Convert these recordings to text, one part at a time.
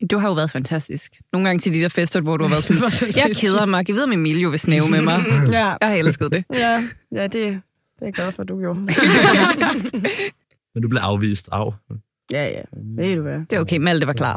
Du har jo været fantastisk. Nogle gange til de der fester, hvor du har været sådan, jeg keder mig. Jeg ved, om Emilio vil snæve med mig. Ja. Jeg har elsket det. Ja, det er jeg glad for, at du gjorde. Men du blev afvist af. Ja. Ved du hvad? Det er okay, Malte var klar.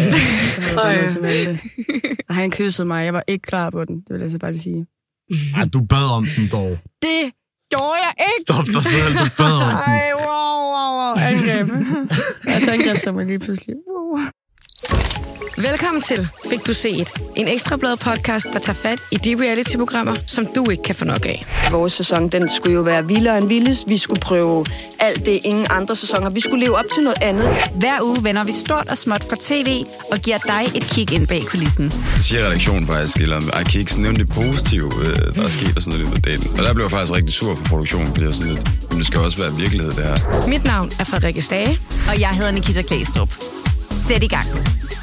Og han kyssede mig. Jeg var ikke klar på den. Det vil jeg så bare sige. Ej, du bad om den dog. Det gjorde jeg ikke. Stop dig selv, du bad om den. Ej, wow. Angreb. Altså angreb som jeg lige pludselig. Velkommen til Fik du set? En ekstrablad podcast, der tager fat i de reality-programmer, som du ikke kan få nok af. Vores sæson, den skulle jo være vildere end vildest. Vi skulle prøve alt det, ingen andre sæsoner. Vi skulle leve op til noget andet. Hver uge vender vi stort og småt fra tv og giver dig et kig ind bag kulissen. Siger redaktionen faktisk, eller kan I ikke nævne det positive, der er sket og sådan noget i dagen. Og der blev jeg faktisk rigtig sur for produktionen, fordi jeg sådan lidt, men det skal også være virkelighed, det her. Mit navn er Frederikke Stage. Og jeg hedder Nikita Klæstrup. Sæt i gang.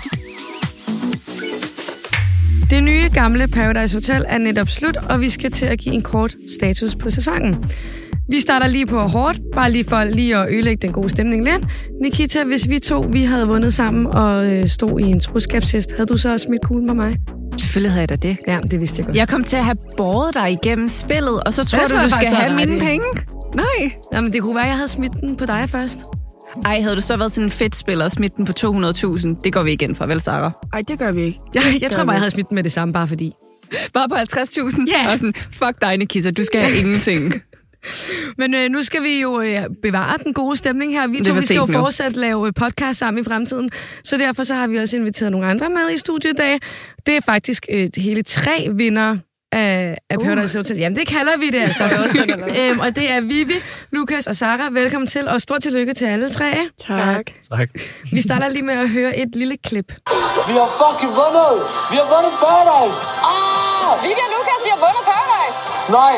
Det nye gamle Paradise Hotel er netop slut, og vi skal til at give en kort status på sæsonen. Vi starter lige på hårdt, bare lige for lige at ødelægge den gode stemning lidt. Nikita, hvis vi havde vundet sammen og stod i en troskabstest, havde du så også smidt kuglen på mig? Selvfølgelig havde jeg da det. Ja, det vidste jeg godt. Jeg kom til at have båret dig igennem spillet, og så tror du skal have mine penge? Nej. Jamen, det kunne være, at jeg havde smidt den på dig først. Ej, havde du så været sådan en fedt spiller og smidt den på 200.000? Det går vi igen fra, vel, Sarah? Ej, det gør vi ikke. Jeg tror bare, jeg havde smidt den med det samme, bare fordi. Bare på 50.000? Ja. Og sådan, fuck dig, Nikita, du skal have ingenting. Men nu skal vi jo bevare den gode stemning her. Vi skal jo fortsat lave podcast sammen i fremtiden. Så derfor så har vi også inviteret nogle andre med i studiet i dag. Det er faktisk hele 3 vinder af Paradise Hotel. Jamen, det kalder vi det altså. Og det er Vivi, Lukas og Sarah. Velkommen til, og stort tillykke til alle 3. Tak. Vi starter lige med at høre et lille klip. Vi har fucking vundet! Vi har vundet Paradise! Vivi og Lukas, I har vundet Paradise! Nej!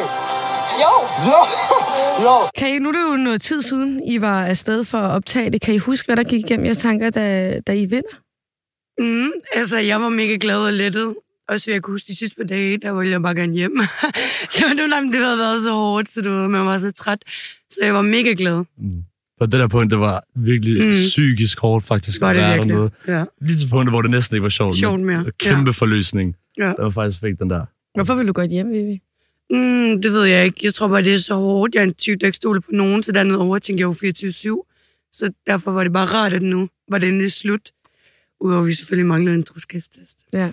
Jo! Kan I, nu er det jo noget tid siden, I var afsted for at optage det. Kan I huske, hvad der gik igennem jeres tanker, da I vinder? Altså, jeg var mega glad og lettet. Også jeg kunne huske de sidste par dage, der ville jeg bare gerne hjem. Så det havde været så hårdt, så man var så træt. Så jeg var mega glad. På det der punkt, det var virkelig psykisk hårdt faktisk at være dernede. Ja. Lige til punktet, hvor det næsten ikke var sjovt mere. Kæmpe forløsning. Ja. Det var faktisk fik den der. Hvorfor vil du godt hjem, Vivi? Det ved jeg ikke. Jeg tror bare, det er så hårdt. Jeg er en type, der ikke stoler på nogen, så dernede overtænker jeg jo 24/7. Så derfor var det bare rart, at nu var det endelig slut. Udover vi selvfølgelig manglede en troskabstest. Ja.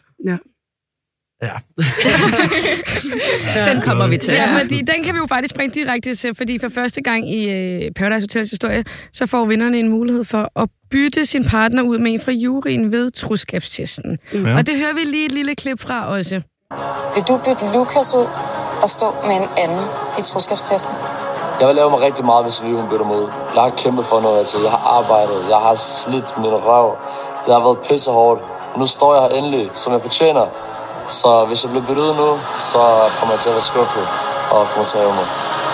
Den kommer vi til. Ja, fordi den kan vi jo faktisk springe direkte til, fordi for første gang i Paradise Hotels historie, så får vinderne en mulighed for at bytte sin partner ud med en fra juryen ved troskabstesten. Ja. Og det hører vi lige et lille klip fra også. Vil du bytte Lukas ud og stå med en anden i troskabstesten? Jeg vil lave mig rigtig meget, hvis vi bytter mig ud. Jeg har kæmpet for noget, altså. Jeg har arbejdet. Jeg har slidt min røv. Det har været pissehårdt. Nu står jeg her endelig, som jeg fortjener. Så hvis jeg bliver byttet ud nu, så kommer jeg til at være skuffet og kommer til at have mig.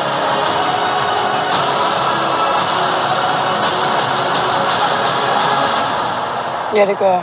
Ja, det gør jeg.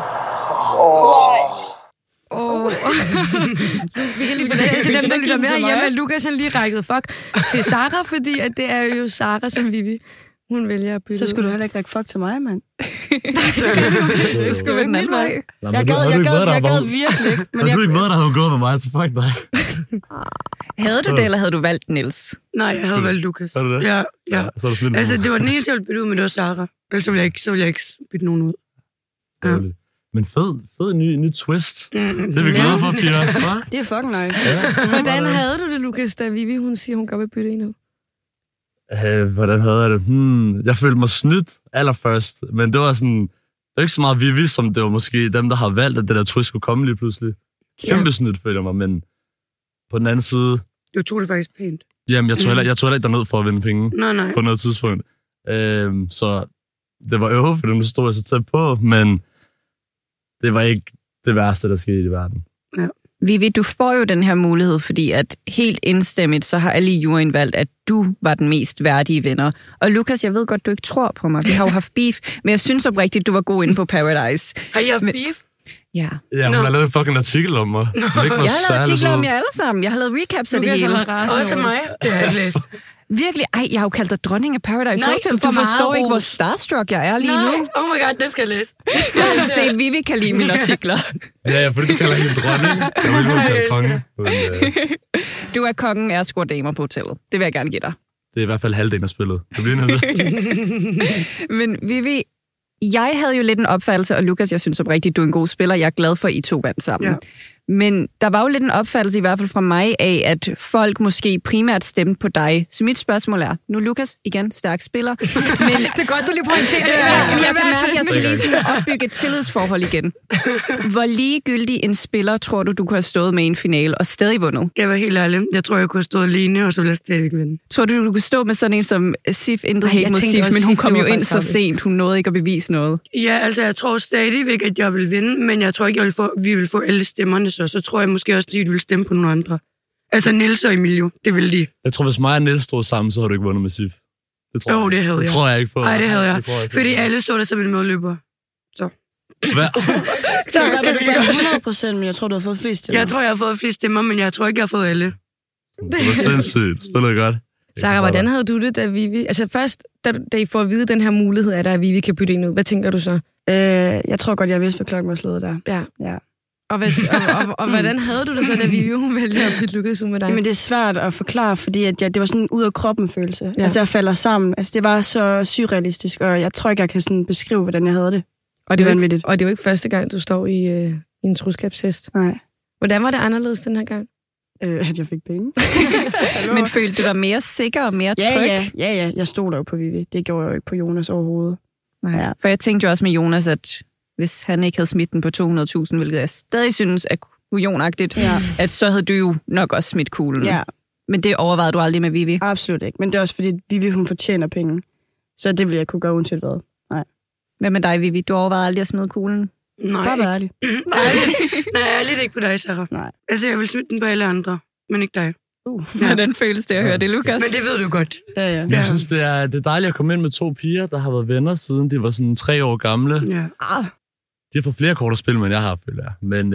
Vi kan lige fortælle til dem, der lytter med hjemme, at Lukas han lige rækket fuck til Sarah, fordi at det er jo Sarah som Vivi. Hun vælger at bytte. Så skulle du heller ikke række fuck til mig, mand. Det skulle være den anden vej. Jeg gad virkelig ikke. Men du ikke med, der havde gået med mig, så fuck dig. Havde du det, eller havde du valgt Niels? Nej, jeg havde valgt Lukas. Har du det? Ja. Så er du smidt. Altså, det var den eneste, jeg ville bytte ud, men det var Sarah. Ellers ville jeg ikke bytte nogen ud. Ja. Men fed ny twist. Det er vi glade for, Pia. Det er fucking nice. Ja. Hvordan havde du det, Lukas, da Vivi hun siger, hun godt vil bytte en ud? Hvordan havde jeg det? Jeg følte mig snydt allerførst, men det var sådan, det var ikke så meget Vivi, som det var måske dem, der har valgt, at det der twist skulle komme lige pludselig. Kæmpe snydt, følte jeg mig, men på den anden side... Du tog det faktisk pænt. Jamen, jeg tog heller ikke derned for at vinde penge. Nej. På noget tidspunkt. Så det var for dem, der stod jeg så tæt på, men det var ikke det værste, der skete i verden. Ja. Vivi, du får jo den her mulighed, fordi at helt indstemmigt, så har alle i juryen valgt, at du var den mest værdige vinder. Og Lukas, jeg ved godt, du ikke tror på mig. Vi har jo haft beef, men jeg synes oprigtigt, du var god inde på Paradise. Har I haft beef? Ja. Ja, hun har lavet fucking artikel om mig. Jeg har lavet artikler om jer alle sammen. Jeg har lavet recaps af det hele. Også mig. Det har jeg ikke læst. Virkelig? Ej, jeg har jo kaldt dig dronning af Paradise Nej, Hotel. du Du får meget forstår ikke, hvor ros. starstruck jeg er lige nu. Oh my god, det skal jeg læse. Se, Vivi kan lide mine artikler. Ja, fordi du kalder hende dronning. Jeg vil ikke kalde konge. Men, Du er kongen af at score damer på hotellet. Det vil jeg gerne give dig. det er i hvert fald halvdelen af spillet. Det bliver nødt. Men Vivi, jeg havde jo lidt en opfattelse, og Lukas, jeg synes oprigtigt, du er en god spiller. Jeg er glad for, at I to vandt sammen. Ja. Men der var jo lidt en opfattelse, i hvert fald fra mig, af, at folk måske primært stemte på dig. Så mit spørgsmål er, nu Lukas, igen, stærk spiller. Men Det er godt, du lige pointerer det. jeg kan mærke, at jeg skal lige sådan opbygge et tillidsforhold igen. Hvor ligegyldig en spiller tror du kunne have stået med i en finale og stadig vundet? Jeg var helt ærlig. Jeg tror, jeg kunne have stået alene, og så ville jeg stadigvæk vinde. Tror du kunne stå med sådan en som Sif, intet Ej, hate jeg mod tænkte Sif, også, men hun Sif, kom det jo var ind faktisk så ærgerligt. sent, hun nåede ikke at bevise noget. Ja, altså jeg tror stadigvæk, at jeg vil vinde, men jeg tror ikke, vi vil få alle stemmerne, så tror jeg måske også, at de vil stemme på nogle andre. Altså Niels og Emilio, det vil de. Jeg tror, hvis mig og Niels stod sammen, så har du ikke vundet med Sif. Det tror jeg. Det havde jeg. Det tror jeg ikke på. Nej, det havde jeg. Det tror jeg, Fordi alle stod der som en medløber. Hvad? Så var det ikke 100%, men jeg tror, du har fået flest stemmer. Jeg tror, jeg har fået flest stemmer, men jeg tror ikke, jeg har fået alle. Det var sindssygt. Spiller godt. Sarah, hvordan havde du det, da Vivi... Altså først, da I får at vide den her mulighed, at der at Vivi kan bytte en ud, hvad tænker du så? Jeg tror godt, jeg vidste, hvad klokken var slået der. Ja. Ja. Og hvordan havde du det så, da Vivi hun vælger at bytte Lukas ud med dig? Men det er svært at forklare, fordi at det var sådan en ud af kroppen følelse. Ja. Altså, jeg falder sammen. Altså, det var så surrealistisk, og jeg tror ikke, jeg kan sådan beskrive, hvordan jeg havde det. Og det er vanvittigt. og det er jo ikke første gang, du står i en troskabshest. Nej. Hvordan var det anderledes den her gang? At jeg fik penge. Men følte du dig mere sikker og mere tryg? Ja. Jeg stod der jo på Vivi. Det gjorde jeg jo ikke på Jonas overhovedet. Nej. Ja. For jeg tænkte jo også med Jonas, at hvis han ikke havde smidt den på 200.000, hvilket jeg stadig synes er kujonagtigt, at så havde du jo nok også smidt kuglen. Ja. Men det overvejede du aldrig med Vivi? Absolut ikke. Men det er også fordi, Vivi hun fortjener penge. Så det ville jeg kunne gøre uanset hvad. Nej. Hvad med dig, Vivi? Du overvejede aldrig at smide kuglen? Nej. Bare vær ærlig. Nej, jeg er lidt ikke på dig, Sarah. Nej. Altså, jeg vil smide den på alle andre, men ikke dig. Hvordan føles det at høre det, Lukas? Men det ved du godt. Ja. Jeg synes, det er dejligt at komme ind med 2 piger, der har været venner siden de var sådan 3 år gamle. Ja. De har fået flere kort at spille, end jeg har, føler jeg. Men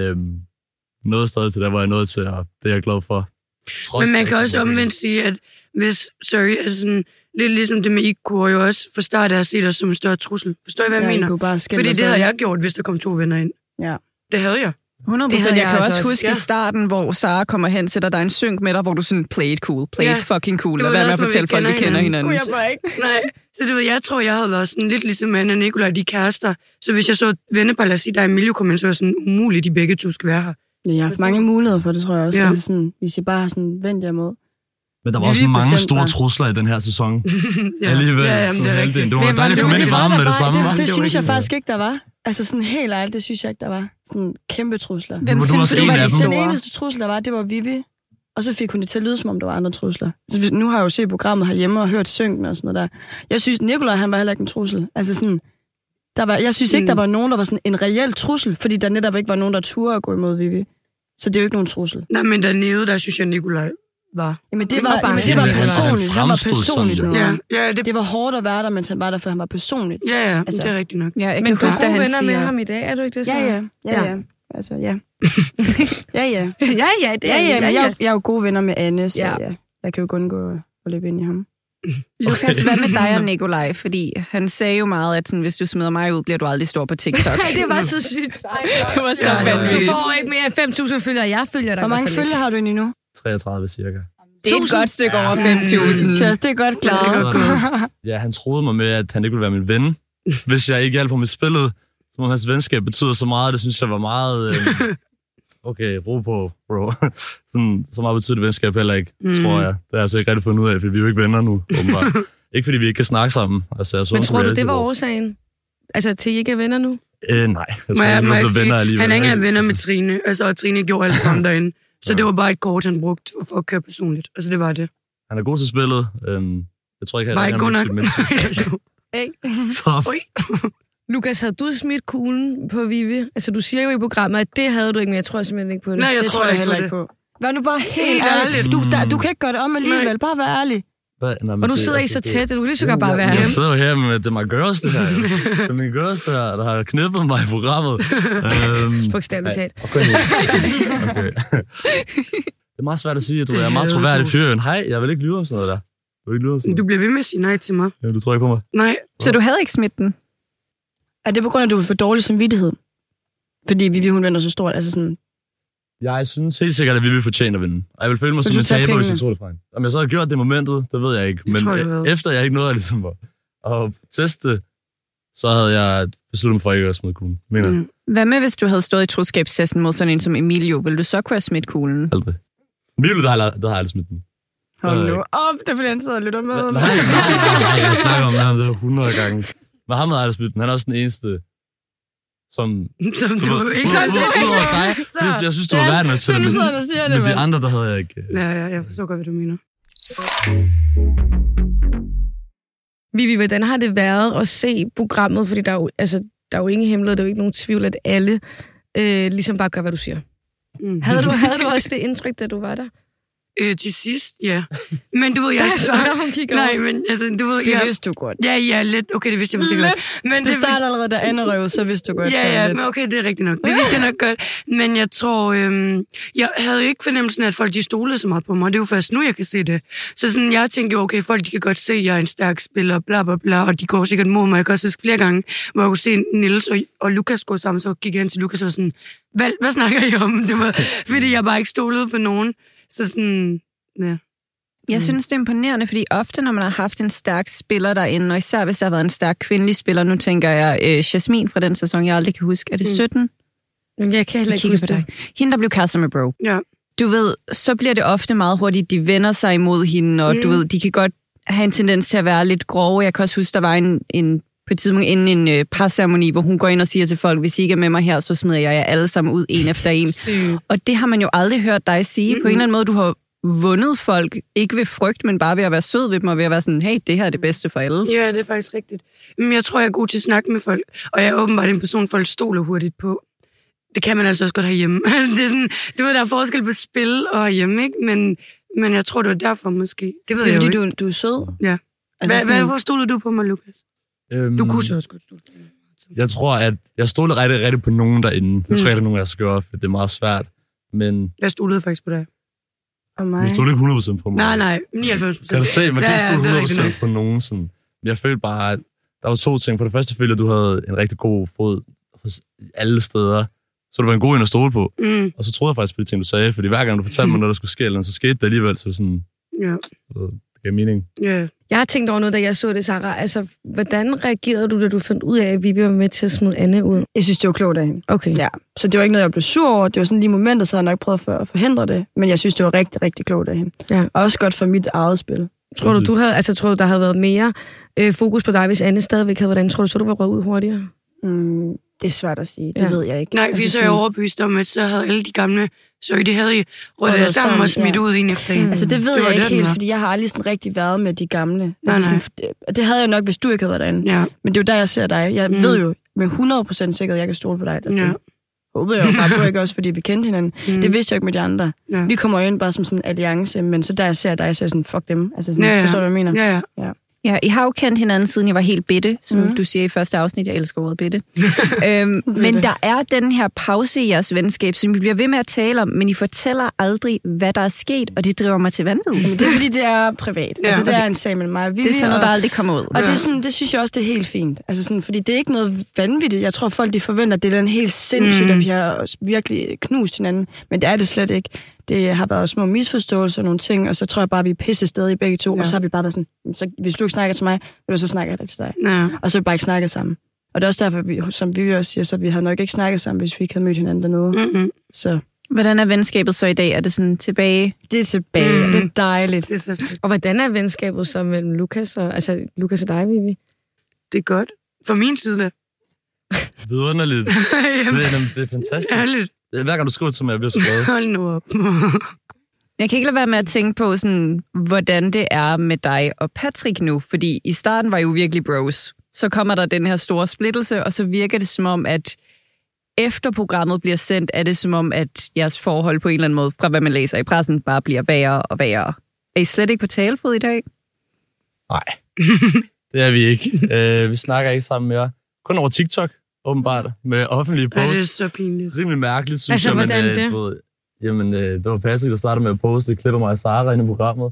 noget stadig til der, hvor jeg nåede til, og det er jeg glad for. Men man kan også omvendt sige, at hvis, altså sådan, lidt ligesom det med Iko, jo også fra start af at se dig som en større trussel. Forstår I, hvad jeg mener? Bare Fordi det havde jeg gjort, hvis der kom 2 venner ind. Ja. Det havde jeg. 100%. Det havde Jeg jeg kan altså også huske i starten, hvor Sara kommer hen til dig, der er en synk med dig, hvor du sådan, play it cool, play it fucking cool. Det Lad var være med at noget, som fortælle folk, vi kender hinanden. Nej, så det ved jeg tror, jeg havde været sådan lidt ligesom Anna og Nicolaj, de kærester. Så hvis jeg så vennepar, lad os sige, der er Emilio, kunne man så sådan umuligt, de begge to skal være her. Ja, jeg har haft mange muligheder for det, tror jeg også. Ja. Altså sådan, hvis I bare har sådan vendt jer mod. Men der var også mange store trusler i den her sæson. Alligevel. Ja, men det er rigtigt. Det var dejligt at komme ind i varmen med det samme, hva'? Det synes jeg faktisk ikke, der var. Altså sådan helt ærligt, det synes jeg ikke, der var. Sådan kæmpe trusler. Hvem synes du var de Den store? eneste trussel, der var, det var Vivi. Og så fik hun det til at lyde, som om der var andre trusler. Så nu har jeg jo set programmet herhjemme og hørt synken og sådan noget der. Jeg synes, Nicolaj, han var heller ikke en trussel. Altså sådan, jeg synes ikke, der var nogen, der var sådan en reel trussel, fordi der netop ikke var nogen, der turde at gå imod Vivi. Så det er jo ikke nogen trussel. Nej, men dernede, der synes jeg, Nicolaj var. Jamen det var personligt. Han var personligt nu. Ja, det var hårdt at være der, mens han var der, for han var personligt. Ja, altså, det er rigtigt nok. Ja, jeg Men kan huske, du at er han venner med siger... ham i dag, er du ikke det så? Ja. Altså, ja. Ja. Ja, det er Ja, men jeg er jo gode venner med Anne, så Ja. jeg kan jo kun gå og løbe ind i ham. Lukas, hvad med dig og Nikolaj? Fordi han sagde jo meget, at sådan, hvis du smider mig ud, bliver du aldrig stor på TikTok. Nej, det var så sygt. Det var så Du vanvittigt. får ikke mere end 5.000 følgere. Jeg følger dig. Hvor mange følgere har du egentlig nu? 33 cirka. Det er et godt stykke over 5.000. Klaas, det er godt klaret. Ja, han troede mig med, at han ikke ville være min ven, hvis jeg ikke hjalp ham med spillet. Som om hans venskab betyder så meget, det synes jeg var meget... Okay, ro på, bro. Sådan, så meget betyder det venskab heller ikke, tror jeg. Det har jeg altså ikke rigtig fundet ud af, fordi vi er jo ikke venner nu, åbenbart. Ikke fordi vi ikke kan snakke sammen. Altså, Men tror du, det var årsagen? Altså, til I ikke er venner nu? Nej, jeg tror, jeg er venner alligevel. Han er ikke venner med Trine, altså, og Trine gjorde alt sammen derinde. Så det var bare et kort, han brugte for at køre personligt. Altså, det var det. Han er god til spillet. Jeg tror ikke, han er god nok. Top. Lukas, havde du smidt kuglen på Vivi? Altså, du siger jo i programmet, at det havde du ikke, men jeg tror simpelthen ikke på det. Nej, jeg tror heller ikke på. Vær nu bare helt ærlig. Du kan ikke gøre det om alligevel. Bare vær ærlig. Og du sidder ikke så tæt, du kan lige så godt bare være Jeg hjemme. sidder jo her med det my girls, det her. Det er mine girls, der har knippet mig i programmet. Bogstaveligt talt. Okay. Det er meget svært at sige. Jeg er meget troværdig fyr. Hej, jeg vil ikke lyve om sådan noget der. Du ikke lyder sådan. Du bliver ved med at sige nej til mig. Ja, du tror ikke på mig. Nej. Så du havde ikke smidt den? Er det på grund af, at du vil få dårlig samvittighed? Fordi Vivi, hun vinder så stort. Altså sådan... Jeg synes helt sikkert, at Vivi fortjener at vinde. Og jeg vil føle mig som en taber, hvis jeg tog det fra hende. Om jeg så har gjort det i momentet, det ved jeg ikke. Men efter jeg ikke nåede ligesom at teste, så havde jeg besluttet mig for ikke at smide kuglen. Hvad med, hvis du havde stået i troskabstesten mod sådan en som Emilio? Ville du så kunne have smidt kuglen? Aldrig. Emilio, der har jeg aldrig smidt den. Hold nu op, det er fordi han sidder og lytter med. Nej, jeg snakker om ham 100 gange. Men ham havde aldrig smidt den. Han er også den eneste, som du ikke sagt det. Jeg synes, du var værd med til det. Men de andre, der havde jeg ikke. Ja, jeg forstår godt, hvad du mener. Vivi, hvordan har det været at se programmet? Fordi der er jo ingen hemmelighed, der er jo ikke nogen tvivl, at alle ligesom bare gør, hvad du siger. Havde du også det indtryk, da du var der? Til sidst, ja. Men du ved, jeg... Nej, men altså, du ved... Det vidste du godt. Ja, lidt. Okay, det vidste jeg måske godt. Men det starter allerede, da Anne røv, så vidste du godt. Ja, men okay, det er rigtigt nok. Det vidste jeg nok godt. Men jeg tror... jeg havde ikke fornemmelsen af, at folk de stolede så meget på mig. Det er jo først nu, jeg kan se det. Så sådan, jeg tænkte jo, okay, folk de kan godt se, at jeg er en stærk spiller, bla bla bla, og de går sikkert mod mig. Jeg kan også huske flere gange, hvor jeg kunne se Niels og Lukas gå sammen, så gik jeg hen til Lukas og var sådan, hvad snakker I om? Det var, fordi jeg bare ikke stolede på nogen. Så sådan, ja. Jeg synes, det er imponerende, fordi ofte, når man har haft en stærk spiller derinde, og især hvis der har været en stærk kvindelig spiller, nu tænker jeg Jasmin fra den sæson, jeg aldrig kan huske. Er det 17? Jeg kan heller ikke huske det. Hende, der blev kastet med Bro. Ja. Du ved, så bliver det ofte meget hurtigt, de vender sig imod hende, og du ved, de kan godt have en tendens til at være lidt grove. Jeg kan også huske, der var en på et tidspunkt inden en parceremoni, hvor hun går ind og siger til folk, hvis I ikke er med mig her, så smider jeg jer alle sammen ud en efter en. Og det har man jo aldrig hørt dig sige. På en eller anden måde, du har vundet folk, ikke ved frygt, men bare ved at være sød ved dem, og ved at være sådan, hey, det her er det bedste for alle. Ja, det er faktisk rigtigt. Men jeg tror, jeg er god til at snakke med folk, og jeg er åbenbart en person, folk stoler hurtigt på. Det kan man altså også godt herhjemme. Det er sådan, du ved, der er forskel på spil og herhjemme, ikke? Men jeg tror, det var derfor måske. Det ved jeg fordi jo ikke. Du er sød? Ja. Altså, hvor stolede du på mig, Lukas? Du kunne så også godt stole på mig. Jeg tror, at jeg stolede rigtig på nogen derinde. Jeg tror, at der er nogen, jeg skal gøre, for det er meget svært. Men jeg stolede faktisk på dig. Og mig? Jeg stolede ikke 100% på mig. Nej, 99%. Kan du se, man kan ikke stole 100% på nogen. Sådan. Jeg følte bare, at der var to ting. For det første følte jeg, at du havde en rigtig god fod hos alle steder. Så du var en god en at stole på. Og så troede jeg faktisk på de ting, du sagde. Fordi hver gang du fortalte mig, når der skulle ske, så skete det alligevel. Så sådan, det gav mening. Yeah. Jeg har tænkt over noget, da jeg så det, Sarah. Altså, hvordan reagerede du, da du fandt ud af, at vi var med til at smide Anne ud? Jeg synes, det var klogt af hende. Okay. Ja. Så det var ikke noget, jeg blev sur over. Det var sådan lige momenter, så jeg nok prøvet at forhindre det. Men jeg synes, det var rigtig, rigtig klogt af hende. Ja. Og også godt for mit eget spil. Tror du, der havde været mere fokus på dig, hvis Anne stadigvæk havde? Hvordan tror du, så du var røget ud hurtigere? Det er svært at sige. Det ved jeg ikke. Nej, vi så er overbevist om, at så havde alle de gamle de havde rødt sammen og smidt ud en efter en. Altså, det ved jeg ikke helt, fordi jeg har aldrig sådan rigtig været med de gamle. Altså, sådan, det havde jeg nok, hvis du ikke havde været derinde. Ja. Men det er jo der, jeg ser dig. Jeg ved jo med 100% sikkerhed, at jeg kan stole på dig. Ja. Håbede jeg jo bare på, ikke også, fordi vi kendte hinanden. Det vidste jeg ikke med de andre. Ja. Vi kommer jo ind bare som sådan en alliance, men så der jeg ser dig, så er jeg sådan, fuck dem. Altså, sådan, forstår du, hvad jeg mener? Ja, I har jo kendt hinanden, siden jeg var helt bitte, som du siger i første afsnit. Jeg elsker ordet bitte. Men der er den her pause i jeres venskab, som vi bliver ved med at tale om, men I fortæller aldrig, hvad der er sket, og det driver mig til vanvid. Men det er, fordi det er privat. Ja. Altså, det er en sag mellem mig og Vivi. Det er sådan noget, der aldrig kommer ud. Og det, er sådan, det synes jeg også, det er helt fint. Altså sådan, fordi det er ikke noget vanvittigt. Jeg tror, folk de forventer, at det er en helt sindssygt, at vi har virkelig knust hinanden. Men det er det slet ikke. Det har været små misforståelser og nogle ting, og så tror jeg bare, vi er pisse stadig begge to, og så har vi bare været sådan, så, hvis du ikke snakker til mig, så snakker jeg til dig. Ja. Og så har vi bare ikke snakket sammen. Og det er også derfor, som vi også siger, så vi har nok ikke snakket sammen, hvis vi ikke havde mødt hinanden dernede. Så. Hvordan er venskabet så i dag? Er det sådan tilbage? Det er tilbage, og det er dejligt. Det er så. Og hvordan er venskabet så mellem Lukas og dig, Vivi? Det er godt. For min side da. Vidunderligt. Det er fantastisk. Ærligt. Hver gang du skriver til mig, jeg bliver så glad. Hold nu op. Jeg kan ikke lade være med at tænke på, sådan, hvordan det er med dig og Patrick nu. Fordi i starten var I jo virkelig bros. Så kommer der den her store splittelse, og så virker det som om, at efter programmet bliver sendt, er det som om, at jeres forhold på en eller anden måde, fra hvad man læser i pressen, bare bliver værre og værre. Er I slet ikke på talefod i dag? Nej, det er vi ikke. Vi snakker ikke sammen mere. Kun over TikTok. Åbenbart, med offentlige posts. Ja, det er så pinligt. Rimelig mærkeligt, synes jeg. Altså, hvordan det? Jamen, det var Patrick, der startede med at poste et klip af mig og Sarah inde i programmet.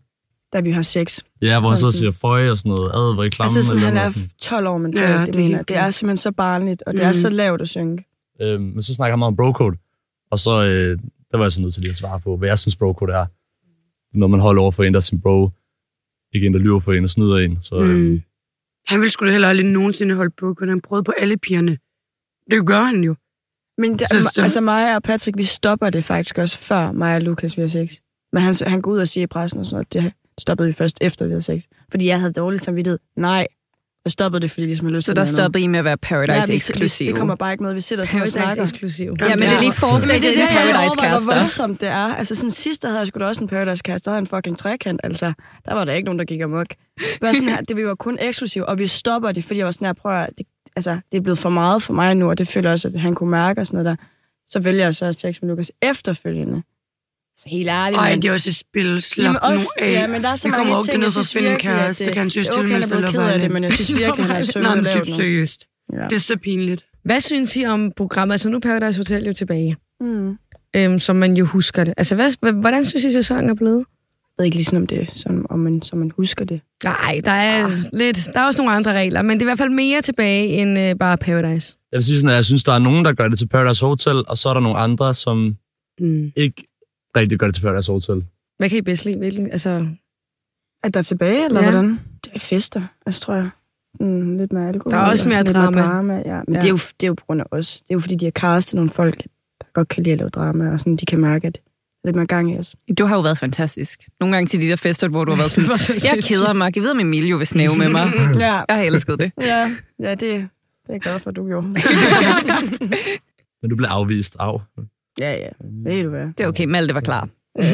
da vi har sex. Ja, hvor han så siger føje og sådan noget. Hvor I klamme. Altså sådan, han er 12 år mentalt, det mener. Det er simpelthen så barnligt, og det er så lavt at synge. Men så snakker han meget om bro-code. Og så, der var jeg så nødt til lige at svare på, hvad jeg synes bro-code er. Når man holder over for en, der er sin bro. Ikke en, der lyver for en og snyder en. Så, Han ville sgu da heller aldrig nogensinde holde bro-code. Han prøvede på alle pigerne. Det gør han jo. Men altså mig og Patrick, vi stopper det faktisk også før mig og Lukas vi har sex. Men han går ud og siger i pressen og sådan noget, det stoppede vi først efter vi havde sex. Fordi jeg havde dårligt samvittighed. Nej, jeg stoppede det, fordi de har lyst til det. Så der stoppede I med at være Paradise-eksklusiv? Det kommer bare ikke med, vi sidder sådan og snakker. Paradise-eksklusiv. Ja, men det er lige forslag, det er Paradise-kærester. Hvor voldsomt det er. Altså sådan sidst, der havde jeg sgu da også en Paradise-kæreste. Der havde en fucking trekant, altså. Der var der ikke nogen, der gik amok. Det var kun eksklusiv, og vi stopper det, fordi jeg var sådan her, prøv at det er blevet for meget for mig nu, og det føler også, at han kunne mærke og sådan noget der. Så vælger jeg så at sex med Lukas efterfølgende. Så helt ærligt. Ej, det er også et spil. Slap nu af. Ja, men der er så mange ting, jeg synes virkelig, at det kan synes, okay, han er blevet ked af det, men jeg synes virkelig, han er sødt at lave det. Seriøst. Ja. Det er så pinligt. Hvad synes I om programmet? Altså nu er Paradise Hotel jo tilbage. Som man jo husker det. Altså hvordan synes I, sæsonen er blevet? Jeg ved ikke lige sådan om det, som man husker det. Nej, der er også nogle andre regler, men det er i hvert fald mere tilbage end bare Paradise. Jeg vil sige sådan, at jeg synes, der er nogen, der gør det til Paradise Hotel, og så er der nogle andre, som ikke rigtig gør det til Paradise Hotel. Hvad kan I bedst lide? Hvilken? Altså... At der er tilbage, eller hvordan? Det er fester, altså tror jeg. Lidt mere alkohol. Der er også mere drama. Ja. Men det er jo på grund af os. Det er jo fordi, de har castet nogle folk, der godt kan lide at lave drama, og sådan, de kan mærke, at lidt mere gang i os. Du har jo været fantastisk. Nogle gange til de der fester, hvor du har været sådan, jeg keder mig. Jeg ved, om Emilio vil snæve med mig. Ja. Jeg har elsket det. Ja, det er jeg glad for, at du gjorde. Men du blev afvist af. Ja. Ved du hvad? Det er okay, Malte var klar.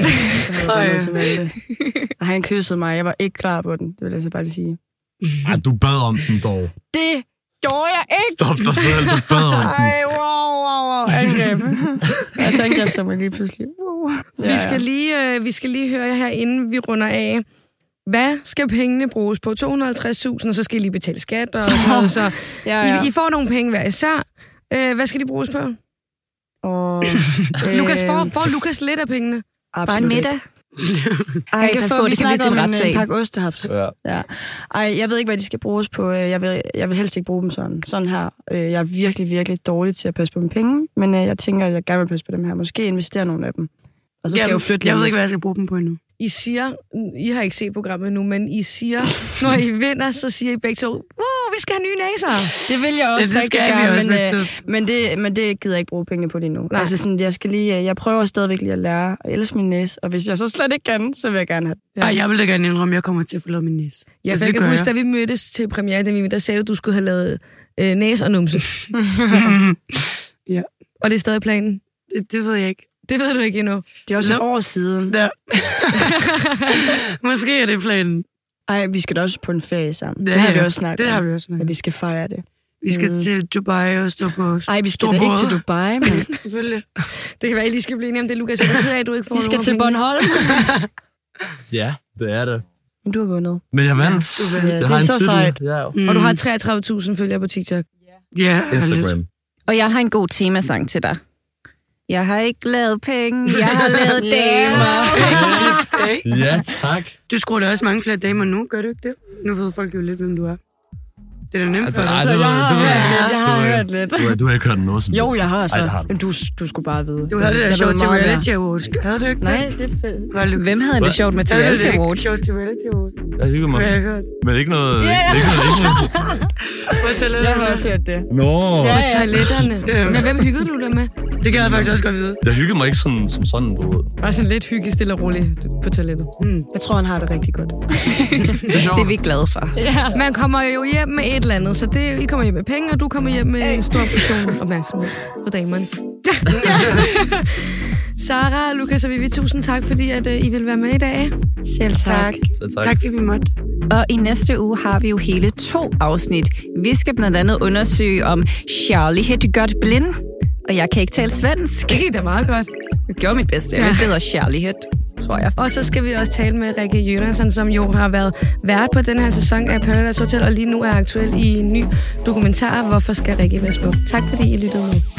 Og han kyssede mig. Jeg var ikke klar på den. Det vil jeg så bare sige. Ej, du bad om den dog. Det gjorde jeg ikke! Stop dig selv, du bad om den. Ej, wow. Angreb. Altså angreb som jeg lige pludselig. Ja. Vi skal lige høre her, inden vi runder af. Hvad skal pengene bruges på? 250.000, og så skal I lige betale skat og sådan noget. Så I får nogle penge hver især. Hvad skal de bruges på? Lukas, får Lukas lidt af pengene? Bare en middag? Han kan få, det kan blive til en retssag. En pakke ostehaps. Ja. Ej, jeg ved ikke, hvad de skal bruges på. Jeg vil helst ikke bruge dem sådan her. Jeg er virkelig, virkelig dårlig til at passe på mine penge, men jeg tænker, at jeg gerne vil passe på dem her. Måske investere nogle af dem. Og så skal jeg jo flytte. Jeg ved ikke, hvad jeg skal bruge dem på endnu. I har ikke set programmet nu, men I siger, når I vinder, så siger I begge to, vi skal have nye næser. Det vil jeg også rigtig gerne, men det gider jeg ikke bruge pengene på lige nu. Nej. Altså sådan, jeg prøver stadigvæk lige at lære at elske min næse, og hvis jeg så slet ikke kan, så vil jeg gerne have det. Ej, jeg vil da gerne indrømme, at jeg kommer til at få lavet min næse. Jeg kan huske, da vi mødtes til premiere, der sagde du, du skulle have lavet næse og numse. Ja. Og det er stadig planen? Det ved jeg ikke. Det ved du ikke endnu. Det er også et år siden. Ja. Måske er det planen. Ej, vi skal da også på en ferie sammen. Det har vi også snakket om. At vi skal fejre det. Vi skal til Dubai og stå på Ej, vi skal da ikke til Dubai, men selvfølgelig. Det kan være, at I lige skal blive enige om det, Lukas. Jeg ved af, at du ikke får vi skal til Bornholm. Ja, det er det. Men du har vundet. Men jeg vandt. Ja, det er så sejt. Ja. Og du har 33.000 følgere på TikTok. Ja, Instagram. Og jeg har en god temasang til dig. Jeg har ikke lavet penge, jeg har lavet damer. Ja, tak. Du skruer da også mange flere damer nu, gør du ikke det? Nu ved folk jo lidt, hvem du er. Det er da nemt for dig. Jeg har hørt lidt. Du har ikke hørt noget som jo, jeg har så. Ej, du skulle bare vide. Du havde det der sjovt til Reality Awards. Havde du ikke det? Nej, det er fedt. Hvem havde det sjovt med til Reality Awards? Sjovt til Reality Awards. Jeg hygger mig. Men ikke noget... På toiletterne. Jeg har også hørt det. Nå. På toiletterne. Men hvem hyggede du dig med? Det kan jeg faktisk også godt vide. Jeg hyggede mig ikke som sådan, du ved. Bare sådan lidt hygge, stille og roligt på toilettet. Jeg tror, han har det rigtig godt. Det er vi glade for. Man kommer jo hjem med et eller andet, så I kommer hjem med penge, og du kommer hjem med en stor portion opmærksomhed på damerne. Sara, Lukas og Vivi, tusind tak, fordi at I vil være med i dag. Selv tak. Tak, fordi vi måtte. Og i næste uge har vi jo hele 2 afsnit. Vi skal blandt andet undersøge, om Charlie godt blind. Og jeg kan ikke tale svensk. Det gik da meget godt. Jeg gjorde mit bedste. Jeg vidste, det hedder Charlie, tror jeg. Og så skal vi også tale med Rikke Jørgensen, som jo har været vært på den her sæson af Paradise Hotel, og lige nu er aktuel i en ny dokumentar, Hvorfor skal Rikke være smuk? Tak fordi I lyttede med.